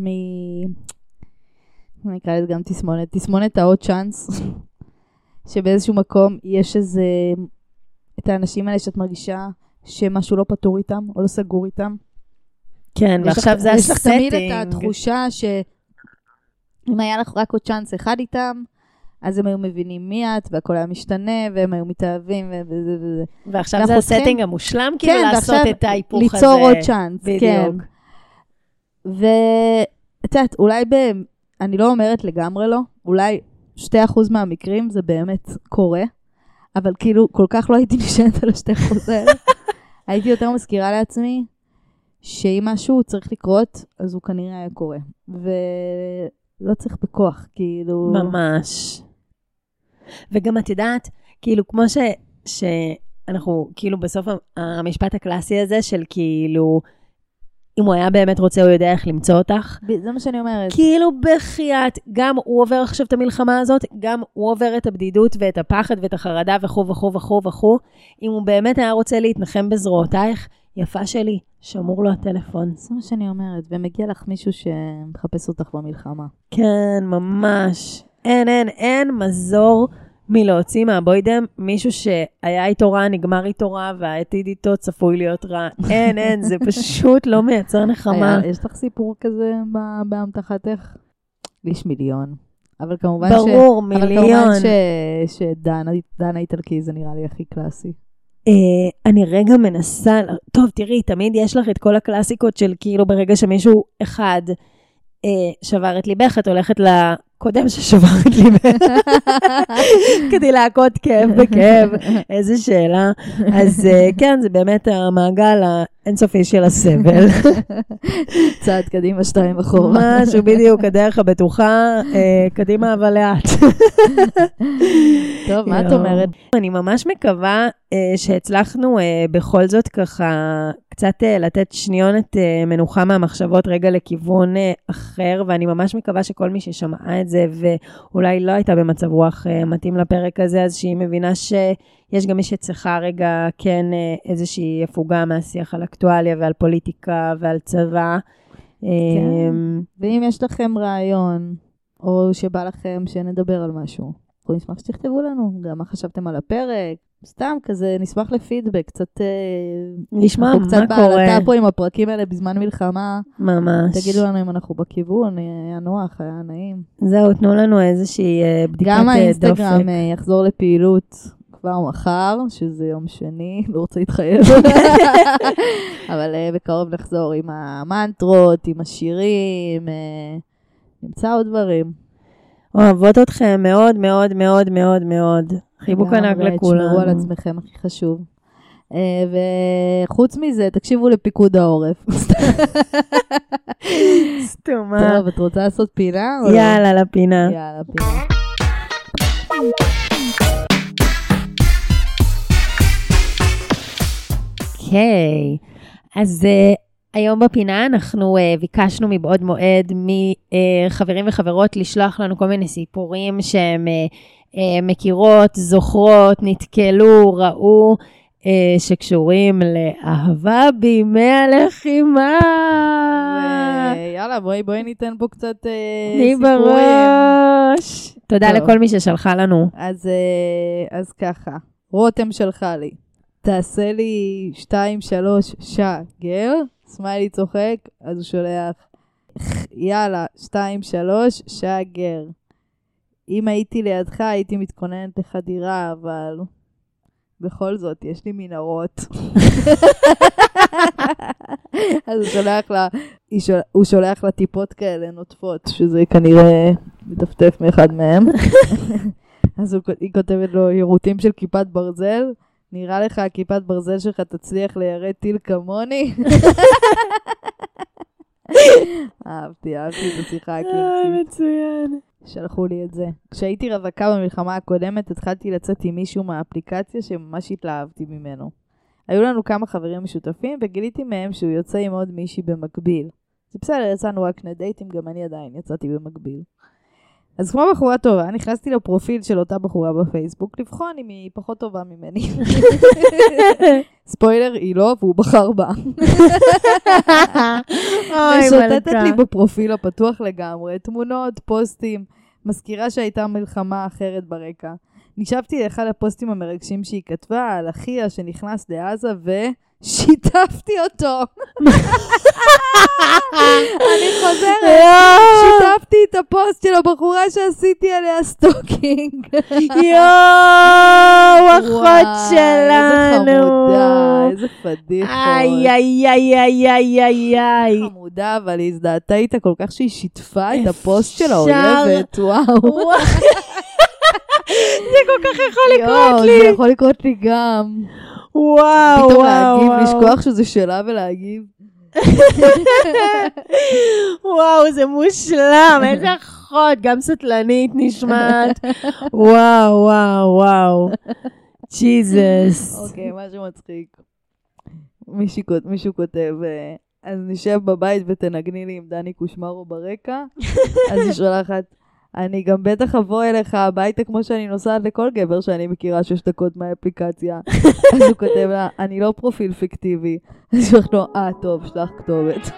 אני אקרא לזה גם תסמונת, תסמונת העוד צ'אנס, שבאיזשהו מקום יש איזה, את האנשים האלה שאת מרגישה שמשהו לא פתור איתם, או לא סגור איתם. כן, ועכשיו זה הסטינג. יש לך תמיד את התחושה שאם היה לך רק עוד צ'אנס אחד איתם, אז הם היו מבינים מי את, והכל היה משתנה, והם היו מתאהבים, וזה וזה. ועכשיו זה הסטינג המושלם, כאילו כן, לעשות את ההיפוך הזה. ליצור עוד צ'אנס, בדיוק. כן. ואת יודעת, אולי ב... אני לא אומרת לגמרי לא, אולי שתי אחוז מהמקרים זה באמת קורה, אבל כאילו כל כך לא הייתי נשענת על השתי אחוז האלה. הייתי יותר מזכירה לעצמי, שאם משהו צריך לקרות, אז הוא כנראה היה קורה. ולא צריך בכוח, כאילו... ממש. וגם את יודעת, כאילו, כמו ש, שאנחנו, כאילו, בסוף המשפט הקלאסי הזה של כאילו, אם הוא היה באמת רוצה, הוא יודע איך למצוא אותך. זה מה שאני אומרת. כאילו בחייאת, גם הוא עובר עכשיו את המלחמה הזאת, גם הוא עובר את הבדידות ואת הפחד ואת החרדה וכו' וכו' וכו' וכו'. אם הוא באמת היה רוצה להתנחם בזרועותייך, יפה שלי, שמור לו הטלפון. זה מה שאני אומרת, ומגיע לך מישהו שמחפש אותך במלחמה. כן, ממש. אין, אין, אין מזור מלהוציא מהבוידם מישהו שהיה איתו רע, נגמר איתו רע, והעתיד איתו צפוי להיות רע. אין, אין, זה פשוט לא מייצר נחמה. יש לך סיפור כזה באמתחתך? יש מיליון. אבל כמובן ברור, ש... מיליון. אבל כמובן ש... שדנה איטלקי זה נראה לי הכי קלאסי. אני רגע מנסה, טוב תראי, תמיד יש לך את כל הקלאסיקות של כאילו ברגע שמישהו אחד שבר את ליבך, את הולכת לקודם ששבר את ליבך, כדי להכות כאב בכאב, איזה שאלה. אז כן, זה באמת המעגל האינסופי של הסבל. צעד קדימה, שתיים אחורה. משהו בדיוק, הדרך הבטוחה, קדימה אבל לאט. טוב, מה את אומרת? אני ממש מקווה שהצלחנו בכל זאת ככה קצת לתת שניונת מנוחה מהמחשבות רגע לכיוון אחר, ואני ממש מקווה שכל מי ששמעה את זה ואולי לא הייתה במצב רוח מתאים לפרק הזה, אז שהיא מבינה שיש גם מי שצריכה רגע כן איזושהי הפוגה מהשיח על אקטואליה ועל פוליטיקה ועל צבא. כן. ואם יש לכם רעיון או שבא לכם שנדבר על משהו, אנחנו נשמח שתכתבו לנו גם מה חשבתם על הפרק. סתם כזה, נשמח לפידבק, קצת... נשמע מה קורה. קצת בעלתה פה עם הפרקים האלה בזמן מלחמה. ממש. תגידו לנו אם אנחנו בכיוון, היה נוח, היה נעים. זהו, תנו לנו איזושהי בדיקת דופק. גם האינסטגרם יחזור לפעילות כבר מחר, שזה יום שני, לא רוצה להתחייב. אבל בקרוב נחזור עם המנטרות, עם השירים, נמצא עוד דברים. אוהבות אתכם מאוד מאוד מאוד מאוד מאוד. חיבוק ענק לכולם. תשמרו על עצמכם, הכי חשוב. וחוץ מזה, תקשיבו לפיקוד העורף. סתומה. טוב, את רוצה לעשות פינה? יאללה, לפינה. יאללה, פינה. אוקיי, אז היום בפינה אנחנו uh, ביקשנו מבעוד מועד מחברים uh, וחברות לשלוח לנו כל מיני סיפורים שהם uh, uh, מכירות, זוכרות, נתקלו, ראו, uh, שקשורים לאהבה בימי הלחימה. יאללה, בואי בואי ניתן פה קצת uh, סיפורים. בראש. תודה טוב. לכל מי ששלחה לנו. אז, uh, אז ככה, רותם שלחה לי. תעשה לי שתיים, שלוש, שגר, סמיילי צוחק, אז הוא שולח, יאללה, שתיים, שלוש, שגר. אם הייתי לידך, הייתי מתכוננת לחדירה, אבל בכל זאת, יש לי מנהרות. אז הוא שולח לה, הוא שולח לה טיפות כאלה נוטפות, שזה כנראה מטפטף מאחד מהם. אז היא כותבת לו, ירוטים של כיפת ברזל, נראה לך, כיפת ברזל שלך תצליח ליירט טיל כמוני? אהבתי, אהבתי את השיחה הקינקית. מצוין. שלחו לי את זה. כשהייתי רווקה במלחמה הקודמת, התחלתי לצאת עם מישהו מהאפליקציה שממש התלהבתי ממנו. היו לנו כמה חברים משותפים, וגיליתי מהם שהוא יוצא עם עוד מישהי במקביל. זה בסדר, יצאנו רק שני דייטים, גם אני עדיין יצאתי במקביל. אז כמו בחורה טובה, נכנסתי לפרופיל של אותה בחורה בפייסבוק, לבחון אם היא פחות טובה ממני. ספוילר, היא לא, והוא בחר בה. משוטטת לי בפרופיל הפתוח לגמרי, תמונות, פוסטים, מזכירה שהייתה מלחמה אחרת ברקע. נשבתי לאחד הפוסטים המרגשים שהיא כתבה על אחיה שנכנס לעזה ושיתפתי אותו. אני חוזרת, שיתפתי את הפוסט של הבחורה שעשיתי עליה סטוקינג. יואו, אחות שלנו. איזה חמודה, איזה פדיחות. איי, איי, איי, איי, איי, איי, איי. חמודה, אבל היא הזדהתה איתה כל כך שהיא שיתפה את הפוסט של האויבת. וואו. זה כל כך יכול לקרות לי. זה יכול לקרות לי גם. וואו, וואו. פתאום להגיב, לשכוח שזה שאלה ולהגיב. וואו, זה מושלם. איזה אחות, גם סטלנית נשמעת. וואו, וואו, וואו. ג'יזוס. אוקיי, משהו מצחיק. מישהו כותב, אז נשב בבית ותנגני לי עם דני קושמרו ברקע, אז היא שולחת, אני גם בטח אבוא אליך הביתה כמו שאני נוסעת לכל גבר שאני מכירה שש דקות מהאפליקציה. אז הוא כותב לה, אני לא פרופיל פיקטיבי. אז היא שולחת לו, אה, טוב, שלח כתובת.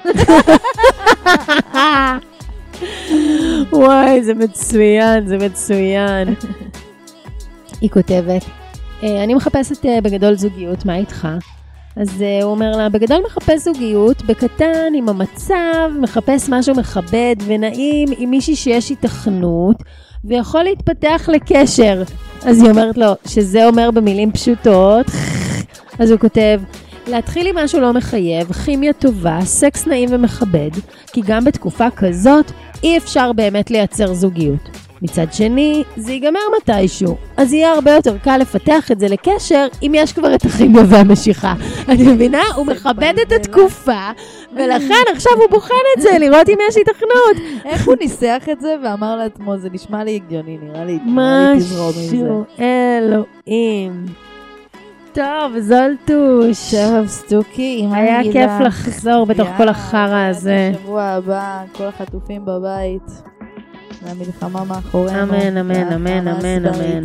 וואי, זה מצוין, זה מצוין. היא כותבת, אני מחפשת בגדול זוגיות, מה איתך? אז הוא אומר לה, בגדול מחפש זוגיות, בקטן, עם המצב, מחפש משהו מכבד ונעים, עם מישהי שיש התכנות, ויכול להתפתח לקשר. אז היא אומרת לו, שזה אומר במילים פשוטות, אז הוא כותב, להתחיל עם משהו לא מחייב, כימיה טובה, סקס נעים ומכבד, כי גם בתקופה כזאת אי אפשר באמת לייצר זוגיות. מצד שני, זה ייגמר מתישהו, אז יהיה הרבה יותר קל לפתח את זה לקשר, אם יש כבר את הכימיה והמשיכה. אני מבינה, הוא מכבד את התקופה, ולכן עכשיו הוא בוחן את זה, לראות אם יש התכנות. איך הוא ניסח את זה ואמר לעצמו, זה נשמע לי הגיוני, נראה לי תזרום עם זה. משהו, אלוהים. טוב, זולטוש. טוב, סטוקי, היה כיף לחזור בתוך כל החרא הזה. בשבוע הבא, כל החטופים בבית. והמלחמה מאחורינו. אמן, אמן, אמן, אמן, אמן.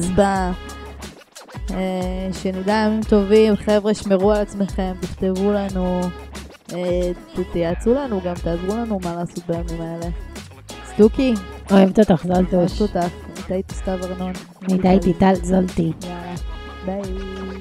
שנדע ימים טובים, חבר'ה, שמרו על עצמכם, תכתבו לנו, תייעצו לנו, גם תעזרו לנו מה לעשות בימים האלה. סטוקי. אוהבת אותך, זולטוש. אוהבת אותך. הייתה איתי סתיו ארנון. הייתה איתי טל זולטי. יאללה, ביי.